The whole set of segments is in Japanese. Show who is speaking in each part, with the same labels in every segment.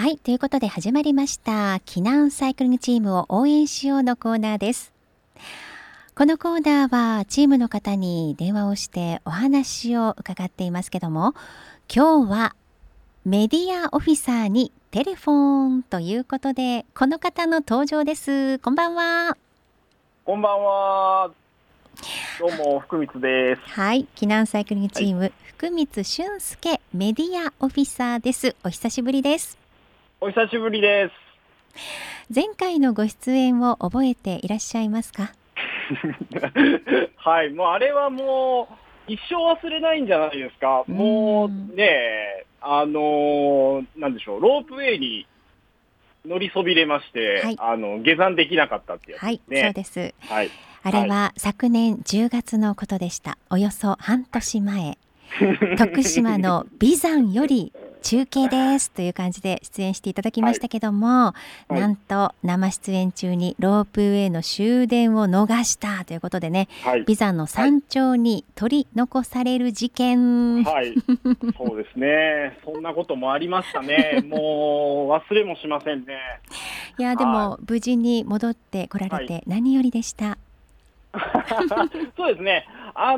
Speaker 1: はい、ということで始まりました避難サイクリングチームを応援しようのコーナーです。このコーナーはチームの方に電話をしてお話を伺っていますけども、今日はメディアオフィサーにテレフォンということで、この方の登場です。こんばんは。
Speaker 2: こんばんは。どうも、福光です。
Speaker 1: はい、避難サイクリングチ
Speaker 2: はい。
Speaker 1: ーム、福光俊介メディアオフィサーです。お久しぶりです。
Speaker 2: お久しぶりです。
Speaker 1: 前回のご出演を覚えていらっしゃいますか？
Speaker 2: はい。もうあれはもう、一生忘れないんじゃないですか。
Speaker 1: うー
Speaker 2: も
Speaker 1: ん
Speaker 2: うね、なんでしょう、ロープウェイに乗りそびれまして、
Speaker 1: はい、
Speaker 2: 下山できなかったってやつ
Speaker 1: はい、
Speaker 2: ですね。
Speaker 1: そうです。
Speaker 2: はい。
Speaker 1: あれ
Speaker 2: はい。
Speaker 1: は昨年10月のことでした。およそ半年前、徳島の眉山より中継ですという感じで出演していただきま
Speaker 2: はい。
Speaker 1: したけども、
Speaker 2: はい。
Speaker 1: なんと生出演中にロープウェイの終電を逃したということでね、
Speaker 2: はい。
Speaker 1: 眉山の
Speaker 2: はい。
Speaker 1: 山頂に取り残される事件。
Speaker 2: はい。そうですね。そんなこともありましたね。もう、忘れもしませんね。
Speaker 1: いやで
Speaker 2: はい。
Speaker 1: も無事に戻ってこられ
Speaker 2: はい。
Speaker 1: て何よりでした。
Speaker 2: そうですね。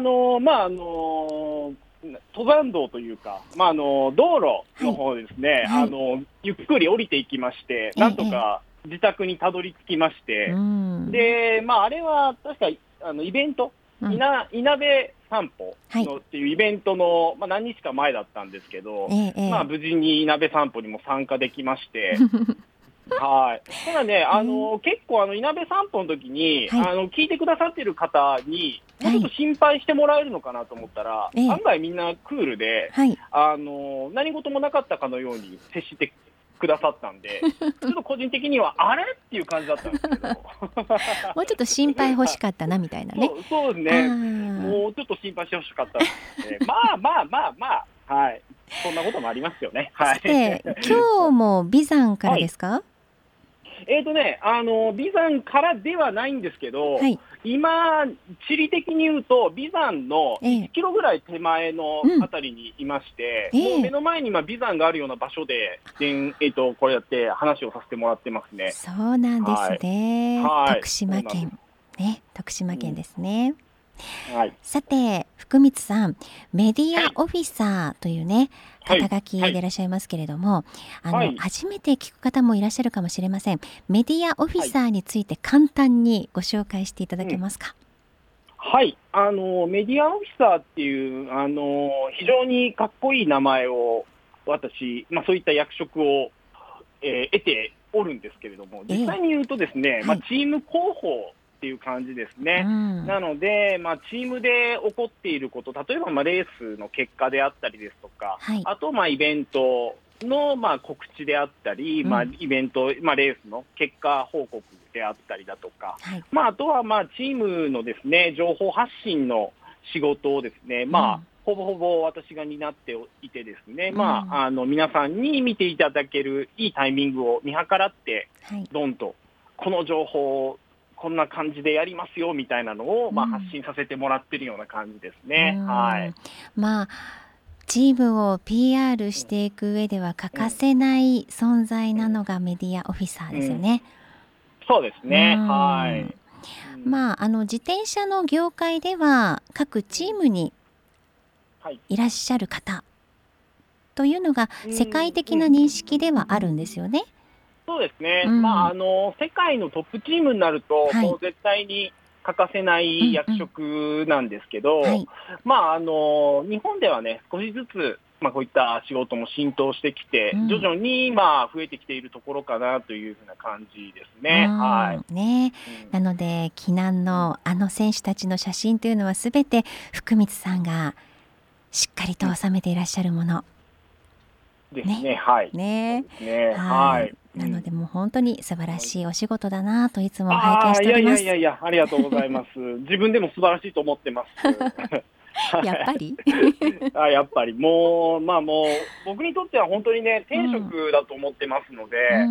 Speaker 2: 登山道というか、道路の
Speaker 1: はい、
Speaker 2: 方ですね、
Speaker 1: はい、
Speaker 2: ゆっくり降りていきまして、なんと
Speaker 1: ええええ、
Speaker 2: か自宅にたどり着きまし
Speaker 1: うー
Speaker 2: て、
Speaker 1: ん、
Speaker 2: で、あれは確か、イベント、
Speaker 1: うん、
Speaker 2: いなべ散歩
Speaker 1: はい、
Speaker 2: のっていうイベントの、何日か前だったんですけど、
Speaker 1: ええええ。
Speaker 2: 無事にいなべ散歩にも参加できまして、はい。ただね、
Speaker 1: ね、
Speaker 2: 結構いなべ散歩の時に、
Speaker 1: はい、
Speaker 2: 聞いてくださってる方に、もうちょっと
Speaker 1: はい、
Speaker 2: 心配してもらえるのかなと思ったら、
Speaker 1: ええ、
Speaker 2: 案外みんなクールで、
Speaker 1: はい。
Speaker 2: 何事もなかったかのように接してくださったんで、ちょっと個人的には、あれっていう感じだったんですけど。
Speaker 1: もうちょっと心配欲しかったなみたいなね。
Speaker 2: そうです
Speaker 1: あ
Speaker 2: ね。
Speaker 1: あ。
Speaker 2: もうちょっと心配してほしかったですね。はい。そんなこともありますよね。はい。
Speaker 1: さて、今日も眉山から
Speaker 2: はい。
Speaker 1: ですか？
Speaker 2: 眉山からではないんですけど、
Speaker 1: はい。
Speaker 2: 今、地理的に言うと、眉山の1
Speaker 1: ええ。
Speaker 2: キロぐらい手前の
Speaker 1: うん。
Speaker 2: あたりにいまして、もう
Speaker 1: ええ。
Speaker 2: 目の前に今、眉山があるような場所で、これやって話をさせてもらってますね。
Speaker 1: そうなんです
Speaker 2: はい。
Speaker 1: ね。
Speaker 2: はい。
Speaker 1: 徳
Speaker 2: そうなんです。
Speaker 1: 島県。ね、徳
Speaker 2: うん。
Speaker 1: 島県ですね。
Speaker 2: はい。
Speaker 1: さて、福光さん、メディ
Speaker 2: はい。
Speaker 1: アオフィサーというね、
Speaker 2: はい。
Speaker 1: 肩書き
Speaker 2: はい。
Speaker 1: でいらっしゃいますけれども、
Speaker 2: はい。
Speaker 1: 初めて聞く方もいらっしゃるかもしれません。メディアオフィ
Speaker 2: はい。
Speaker 1: サーについて簡単にご紹介していただ
Speaker 2: うん。
Speaker 1: けますか？
Speaker 2: はい。メディアオフィサーっていう、非常にかっこいい名前を、私、そういった役職を得ておるんですけれども、実
Speaker 1: ええ。
Speaker 2: 際に言うとですね、
Speaker 1: はい。
Speaker 2: チーム広報っていう感じです
Speaker 1: う
Speaker 2: ね。な
Speaker 1: ん。
Speaker 2: ので、チームで起こっていること、例えばレースの結果であったりですとか、
Speaker 1: はい。
Speaker 2: あとイベントの告知であったり、
Speaker 1: うん。
Speaker 2: イベント、レースの結果報告であったりだとか、
Speaker 1: はい。
Speaker 2: あとはチームのですね、情報発信の仕事をですね、
Speaker 1: うん。
Speaker 2: ほぼほぼ私が担っていてですね、
Speaker 1: うん。
Speaker 2: 皆さんに見ていただけるいいタイミングを見計らって、
Speaker 1: はい。
Speaker 2: ドンと、この情報をこんな感じでやりますよみたいなのを、発
Speaker 1: うん。
Speaker 2: 信させてもらってるような感じです
Speaker 1: うー
Speaker 2: ね。はい。
Speaker 1: ん。まあ、チームを PR
Speaker 2: うん、
Speaker 1: していく上では欠
Speaker 2: うん、
Speaker 1: かせない存在
Speaker 2: うん、
Speaker 1: なのがメディアオフィサー
Speaker 2: うん。
Speaker 1: ですよね。
Speaker 2: そうです
Speaker 1: うー
Speaker 2: ね。は
Speaker 1: ん。
Speaker 2: い。うん、
Speaker 1: まあ、自転車の業界では各チー
Speaker 2: うん、
Speaker 1: ムに
Speaker 2: はい。
Speaker 1: いらっしゃる方というのが
Speaker 2: うん、
Speaker 1: 世界的な
Speaker 2: うん。
Speaker 1: 認識ではあるんですよね。
Speaker 2: そうです
Speaker 1: う
Speaker 2: ね。
Speaker 1: ん。
Speaker 2: 世界のトップチームになると、
Speaker 1: はい。
Speaker 2: もう絶対に欠かせない役
Speaker 1: うんうん。
Speaker 2: 職なんですけど、
Speaker 1: はい。
Speaker 2: 日本ではね、少しずつ、こういった仕事も浸透してきて、徐
Speaker 1: うん。
Speaker 2: 々に、増えてきているところかなというふうな感じです
Speaker 1: うー
Speaker 2: ね。はい。
Speaker 1: ん。ね。
Speaker 2: うん。
Speaker 1: なので、避難
Speaker 2: うん。
Speaker 1: のあの選手たちの写真というのはすべて福光さんがしっかり
Speaker 2: うん。
Speaker 1: と収めていらっしゃるもの。ね。
Speaker 2: ですね。はい。そう
Speaker 1: ね。
Speaker 2: ですね。
Speaker 1: はい。
Speaker 2: はい。うん。
Speaker 1: なのでもう本当に素晴らしいお仕事だなといつも拝見し
Speaker 2: ああ、いやい
Speaker 1: ております。
Speaker 2: やいやいや、ありがとうございます。自分でも素晴らしいと思ってます。はい。
Speaker 1: やっぱり
Speaker 2: やっぱりもう、僕にとっては本当にね、天
Speaker 1: うん。
Speaker 2: 職だと思ってますので、
Speaker 1: うんう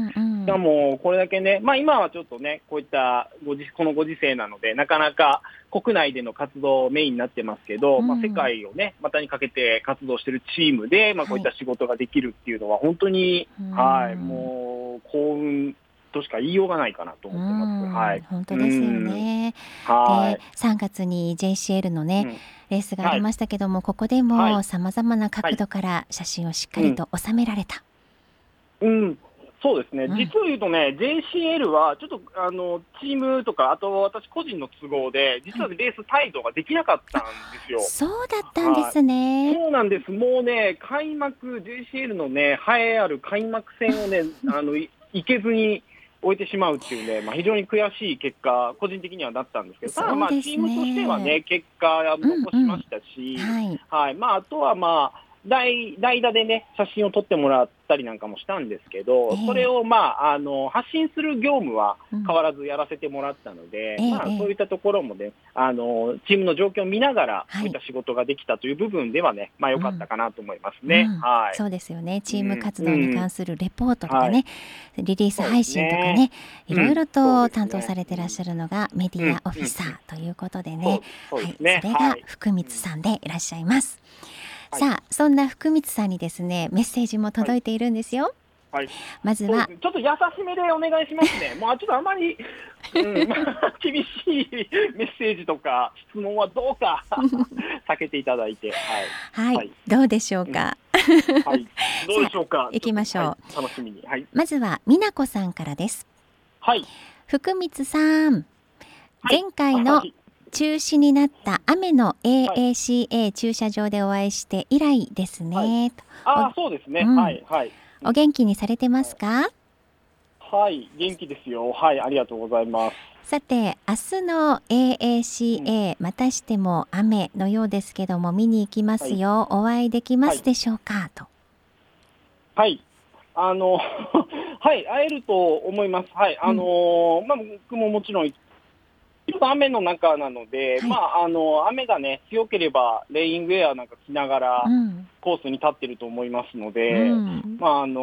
Speaker 2: しかもこれだけね、今はちょっとね、こういったこのご時世なので、なかなか国内での活動メインになってますけど、世界をね、股にかけて活動しているチームで、こういった仕事ができるっていうのは、本当に、もう幸運としか言いようがないかなと思ってます。
Speaker 1: 本当ですよね。で、3月に JCL のね、レースがありましたけども、ここでもさまざまな角度から写真をしっかりと収められた。
Speaker 2: そうですね、実を言うとね、JCL はちょっとチームとか、あと私個人の都合で、実はレース帯同ができなかったんですよ。
Speaker 1: そうだったんですね。
Speaker 2: そうなんです。もうね、JCL のね、栄えある開幕戦をね、行けずに終えてしまうっていうね、非常に悔しい結果、個人的にはなったんですけど、ただチームとしてはね、結果残しましたし、あとは代打でね、写真を撮ってもらったりなんかもしたんですけど、それを発信する業務は変わらずやらせてもらったので、そういったところもね、チームの状況を見ながら、こういった仕事ができたという部分ではね、良かったかなと思いますね。
Speaker 1: そうですよね。チーム活動に関するレポートとかね、リリース配信とかね、いろいろと担当されてらっしゃるのがメディアオフィサーということでね、それが福光さんでいらっしゃいます。さあ、そんな福光さんにですね、メッセージも届いているんですよ。まずは
Speaker 2: ちょっと優しめでお願いしますね。もうちょっとあまり、厳しいメッセージとか質問はどうか避けていただいて、
Speaker 1: どうでしょうか。
Speaker 2: どうでしょうか。
Speaker 1: 行きましょ
Speaker 2: う。楽しみに。
Speaker 1: まずは美奈子さんからです。福光さん、前回の中止になった雨の AACA 駐車場でお会いして以来ですね。
Speaker 2: そうですね。
Speaker 1: お元気にされてますか？
Speaker 2: 元気ですよ。ありがとうございます。
Speaker 1: さて、明日の AACA、またしても雨のようですけども、見に行きますよ。お会いできますでしょうか？と。
Speaker 2: 会えると思います。僕ももちろんちょっと雨の中なので、雨がね、強ければ、レインウェアなんか着ながら、コースに立ってると思いますので、レインウ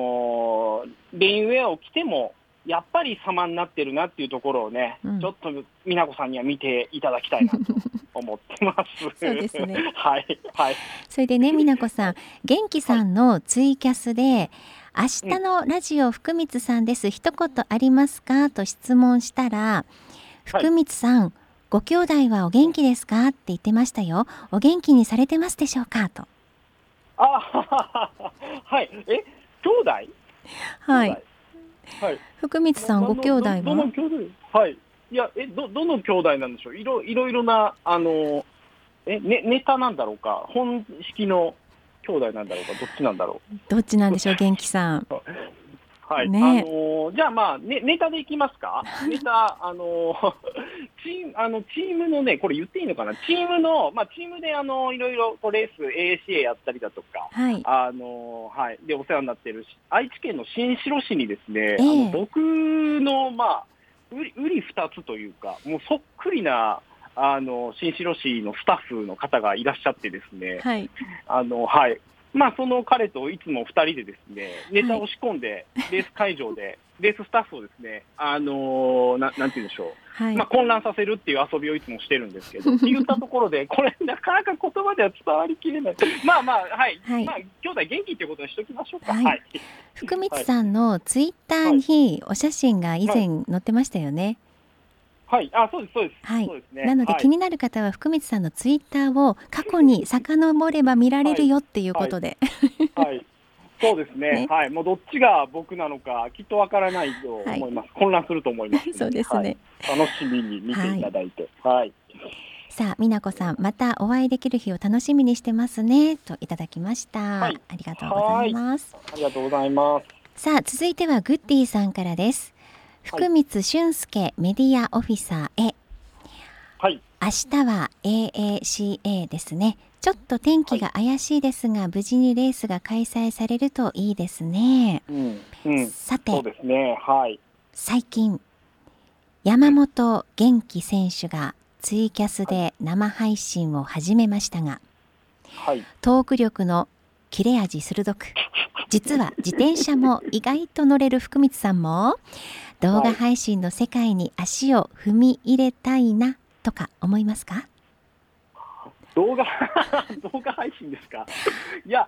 Speaker 2: ェアを着ても、やっぱり様になってるなっていうところをね、ちょっと美奈子さんには見ていただきたいなと思ってます。
Speaker 1: そうですね。それでね、美奈子さん、元気さんのツイキャスで、明日のラジオ福光さんです。一言ありますかと質問したら、福光さん、ご兄弟はお元気ですかって言ってましたよ。お元気にされてますでしょうかと。
Speaker 2: 兄弟？
Speaker 1: 福光さん、ご兄弟は？
Speaker 2: どの兄弟？いや、どの兄弟なんでしょう。いろいろな、ネタなんだろうか、本式の兄弟なんだろうか、どっちなんだろう。
Speaker 1: どっちなんでしょう、元気さん。
Speaker 2: じゃあネタでいきますか。ネタ、チームのね、これ言っていいのかな、チームでいろいろレース AACA やったりだとか、でお世話になっている愛知県の新城市にですね、僕のうり二つというか、もうそっくりな新城市のスタッフの方がいらっしゃってですね、その彼といつも2人でですね、ネタを仕込んで、レース会場で、レーススタッフをですね、なんて言うんでしょう、混乱させるっていう遊びをいつもしてるんですけど、って言ったところで、これ、なかなか言葉では伝わりきれない。兄弟元気っていうことにしておきましょうか。
Speaker 1: 福光さんのツイッターにお写真が以前載ってましたよね。
Speaker 2: そうです、そうです。
Speaker 1: なので気になる方は福光さんのツイッターを過去に遡れば見られるよっていうことで。
Speaker 2: そうですね。もうどっちが僕なのかきっとわからないと思います。混乱すると思います。
Speaker 1: そうですね。
Speaker 2: 楽しみに見ていただいて。
Speaker 1: さあ、美奈子さん、またお会いできる日を楽しみにしてますねといただきました。ありがとうございます。
Speaker 2: ありがとうございます。
Speaker 1: さあ、続いてはグッディさんからです。福光俊介メディアオフィサーへ。明日は AACA ですね。ちょっと天気が怪しいですが、無事にレースが開催されるといいですね。さて、
Speaker 2: そうですね。
Speaker 1: 最近山本元気選手がツイキャスで生配信を始めましたが、トーク力の切れ味鋭く実は自転車も意外と乗れる福光さんも動画配信の世界に足を踏み入れたいなとか思いますか？
Speaker 2: 動画配信ですか？いや、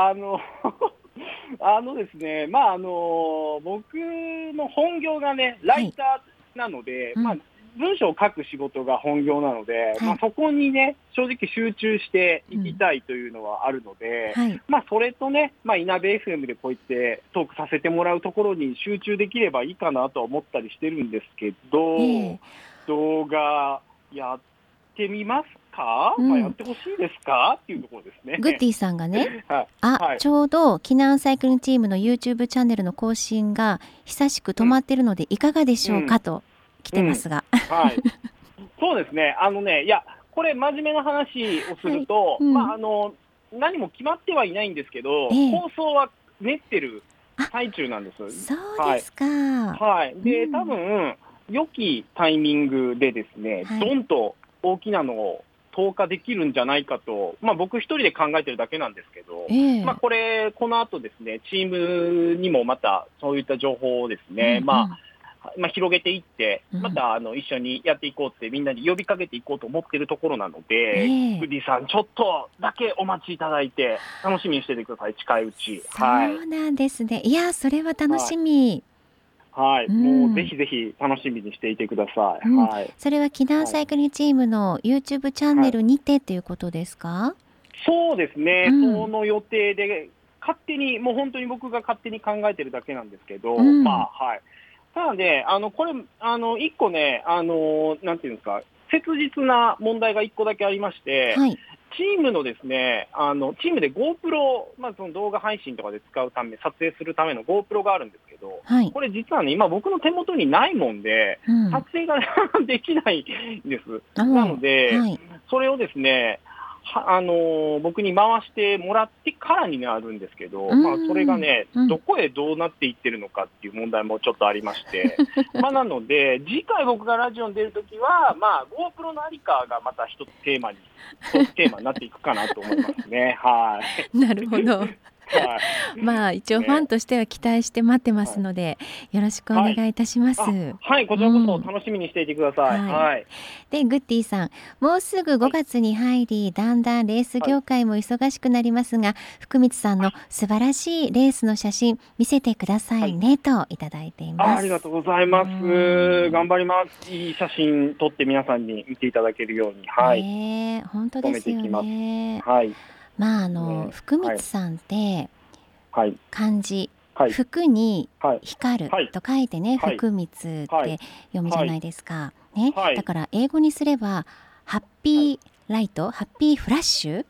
Speaker 2: ですね、僕の本業がね、ライターなので、文章を書く仕事が本業なので、そこにね、正直集中していきたいというのはあるので、それとね、いなべ FM でこうやってトークさせてもらうところに集中できればいいかなとは思ったりしてるんですけど、動画やってみますか？やってほしいですかっていうところですね。
Speaker 1: グッディさんがね、ちょうど避難サイクリングチームの YouTube チャンネルの更新が久しく止まっているのでいかがでしょうかと来てますが、
Speaker 2: そうですね。いや、これ真面目な話をすると、何も決まってはいないんですけど、放送は練ってる最中なんです。
Speaker 1: そうですか。
Speaker 2: で、多分良きタイミングでですね、ドンと大きなのを投下できるんじゃないかと、僕一人で考えてるだけなんですけど、この後ですね、チームにもまたそういった情報をですね、広げていって、また一緒にやっていこうってみんなに呼びかけていこうと思っているところなので、グッディさんちょっとだけお待ちいただいて楽しみにしててください。近いうち。
Speaker 1: そうなんですね。いや、それは楽しみ。
Speaker 2: もうぜひぜひ楽しみにしていてください。
Speaker 1: それは避難サイクリングチームの YouTube チャンネルにてということですか？
Speaker 2: そうですね、その予定で勝手にもう本当に僕が勝手に考えてるだけなんですけど、ただね、これ一個ね、なんていうんですか、切実な問題が一個だけありまして、チームのですね、チームで GoPro、その動画配信とかで使うため、撮影するための GoPro があるんですけど、これ実はね、今僕の手元にないもんで、撮影ができないんです。なので、それをですね、僕に回してもらってからになるんですけど、それがね、どこへどうなっていってるのかっていう問題もちょっとありまして、なので、次回僕がラジオに出るときは、GoPro のありかがまた一つテーマになっていくかなと思いますね。
Speaker 1: なるほど。一応ファンとしては期待して待ってますので、よろしくお願いいたします。
Speaker 2: こちらこそ楽しみにしていてください。
Speaker 1: で、グッディさん、もうすぐ5月に入り、だんだんレース業界も忙しくなりますが、福光さんの素晴らしいレースの写真見せてくださいねといただいています。
Speaker 2: ありがとうございます。頑張ります。いい写真撮って皆さんに見ていただけるように、
Speaker 1: 本当ですよね。福光さんって漢字、福に光ると書いてね、福光って読むじゃないですか。だから英語にすればハッピーライト、ハッピーフラッシュ。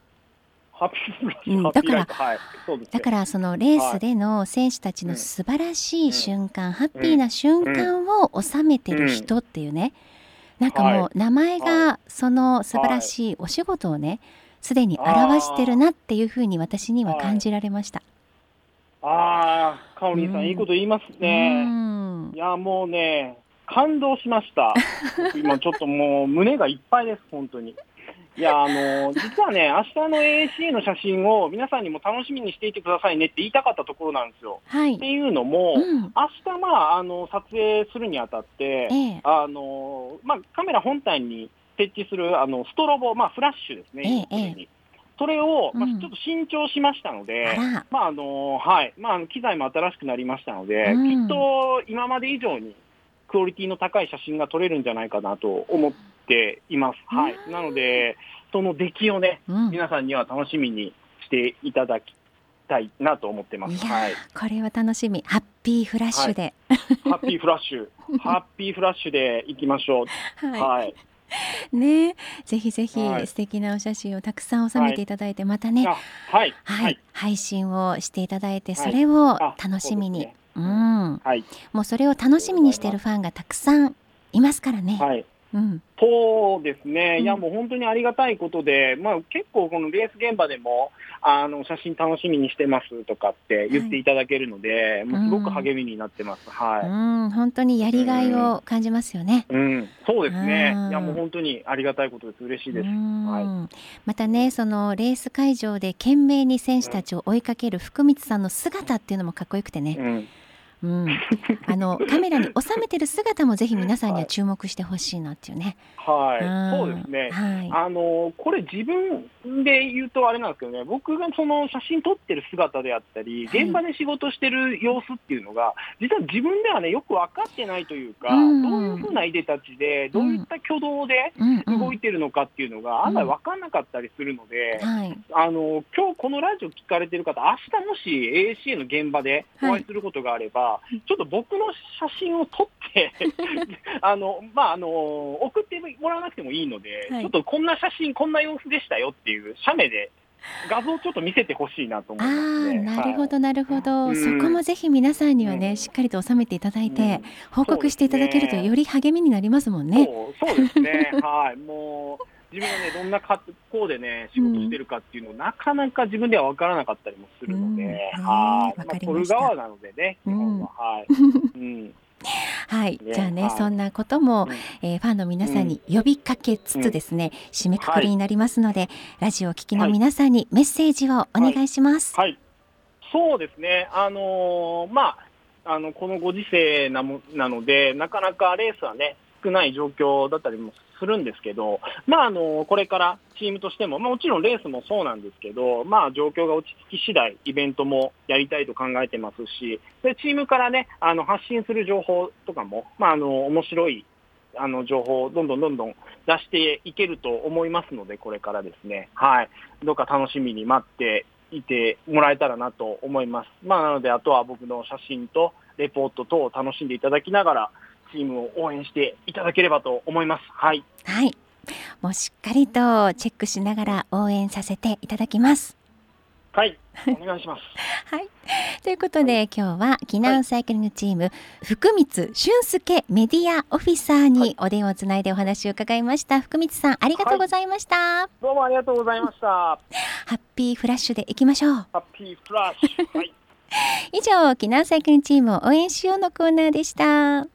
Speaker 1: だからそのレースでの選手たちの素晴らしい瞬間、ハッピーな瞬間を収めてる人っていうね、なんかもう名前がその素晴らしいお仕事をね、すでに表してるなっていうふうに私には感じられました。
Speaker 2: かおりんさん、いいこと言いますね。いや、もうね、感動しました。今ちょっともう胸がいっぱいです、本当に。いや、実はね、明日の AACA の写真を皆さんにも楽しみにしていてくださいねって言いたかったところなんですよ。っていうのも、明日撮影するにあたって、カメラ本体に設置するストロボ、フラッシュですね、それを、ちょっと新調しましたので、機材も新しくなりましたので、きっと今まで以上にクオリティの高い写真が撮れるんじゃないかなと思っています。なので、その出来をね、皆さんには楽しみにしていただきたいなと思ってます。
Speaker 1: これは楽しみ。ハッピーフラッシュで。
Speaker 2: ハッピーフラッシュ。ハッピーフラッシュでいきましょう。
Speaker 1: ね、ぜひぜひ素敵なお写真をたくさん収めていただいて、またね、配信をしていただいて、それを楽しみに、もうそれを楽しみにしているファンがたくさんいますからね。 うん、
Speaker 2: そうですね、いや、
Speaker 1: うん、
Speaker 2: もう本当にありがたいことで、結構、このレース現場でも、写真楽しみにしてますとかって言っ
Speaker 1: はい。
Speaker 2: ていただけるので、もうすごく
Speaker 1: うん、
Speaker 2: 励みになってます。はい。
Speaker 1: 本当にや
Speaker 2: う
Speaker 1: りがい
Speaker 2: ん、
Speaker 1: を感じますよね。
Speaker 2: うん、そう
Speaker 1: う
Speaker 2: ですね。いや、もう
Speaker 1: ん。
Speaker 2: 本当にありがたいことです。嬉しい
Speaker 1: う
Speaker 2: です。はい。
Speaker 1: ん。またね、
Speaker 2: うん、
Speaker 1: そのレース会場で懸命に選手
Speaker 2: うん、
Speaker 1: たちを追いかける福光さんの姿っていうのもかっこよくてね。
Speaker 2: うん。
Speaker 1: うん。カメラに収めてる姿もぜひ皆さんには
Speaker 2: はい。
Speaker 1: 注目してほしいなっていうね。う
Speaker 2: はい、そうです
Speaker 1: ん。
Speaker 2: ね。
Speaker 1: はい。
Speaker 2: これ自分で言うとあれなんですけどね、僕がその写真撮ってる姿であったり、
Speaker 1: はい。
Speaker 2: 現場で仕事してる様子っていうのが、実は自分ではね、よく分かってないという
Speaker 1: う
Speaker 2: か、どういうふう
Speaker 1: ん。
Speaker 2: ないでたちで、
Speaker 1: うん。
Speaker 2: どういった挙動で
Speaker 1: うんうん。
Speaker 2: 動いてるのかっていうのが案外
Speaker 1: うん。
Speaker 2: 分かんなかったりするので、
Speaker 1: はい。
Speaker 2: 今日このラジオ聞かれてる方、明日もし AACA の現場でお
Speaker 1: はい。
Speaker 2: 会いすることがあれば、
Speaker 1: うん。
Speaker 2: ちょっと僕の写真を撮って送ってもらわなくてもいいので、
Speaker 1: はい。
Speaker 2: ちょっとこんな写真、こんな様子でしたよっていう写メで画像をちょっと見せてほしいなと思います
Speaker 1: ああ、
Speaker 2: ね。
Speaker 1: なるほ
Speaker 2: は
Speaker 1: どなるほ
Speaker 2: い。
Speaker 1: ど。そこもぜひ皆さんにはね、
Speaker 2: うん、
Speaker 1: しっかりと収めていただいて、
Speaker 2: うん。
Speaker 1: 報
Speaker 2: そうです
Speaker 1: 告していただけるとよ
Speaker 2: ね。
Speaker 1: り励みになりますもんね。
Speaker 2: そうですね。はい。もう、自分がね、どんな格好でね、仕事し
Speaker 1: うん。
Speaker 2: てるかっていうのをなかなか自分では分からなかったりもするので、
Speaker 1: うん。ねえ、
Speaker 2: はい。
Speaker 1: わかり
Speaker 2: 撮
Speaker 1: ました。
Speaker 2: る側なのでね、基本は。
Speaker 1: うん。
Speaker 2: はい。うん。
Speaker 1: はい。じゃあ
Speaker 2: ね、
Speaker 1: ね、
Speaker 2: はい。
Speaker 1: そんなことも、
Speaker 2: うん。
Speaker 1: ファンの皆さん
Speaker 2: うん。
Speaker 1: に呼びかけつ
Speaker 2: うん。
Speaker 1: つですね、締めくく
Speaker 2: はい。
Speaker 1: りになりますので、ラジオを聴きの
Speaker 2: はい。
Speaker 1: 皆さんにメッセージをお
Speaker 2: はい。
Speaker 1: 願いします。
Speaker 2: はい。そうですね。このご時世なので、なかなかレースはね、少ない状況だったりもするんですけど、これからチームとしても、もちろんレースもそうなんですけど、状況が落ち着き次第、イベントもやりたいと考えてますし、で、チームからね、発信する情報とかも、面白い、情報をどんどん出していけると思いますので、これからですね。はい。どうか楽しみに待っていてもらえたらなと思います。なので、あとは僕の写真とレポート等を楽しんでいただきながら、チームを応援していただければと思います。はい。
Speaker 1: はい。もうしっかりとチェックしながら応援させていただきます。
Speaker 2: はい。お願いします。
Speaker 1: はい。ということ
Speaker 2: はい。
Speaker 1: で、今日は避
Speaker 2: はい。
Speaker 1: 難サイクリングチーム、福光俊介メディアオフィサー
Speaker 2: はい。
Speaker 1: にお電話をつないでお話を伺いました。福光さん、ありがと
Speaker 2: はい。
Speaker 1: うございました。
Speaker 2: どうもありがとうございました。ハ
Speaker 1: ハッピーフラッシュでいきましょう。
Speaker 2: ッピーフラッシュ。はい。
Speaker 1: 以上、避難サイクリングチームを応援しようのコーナーでした。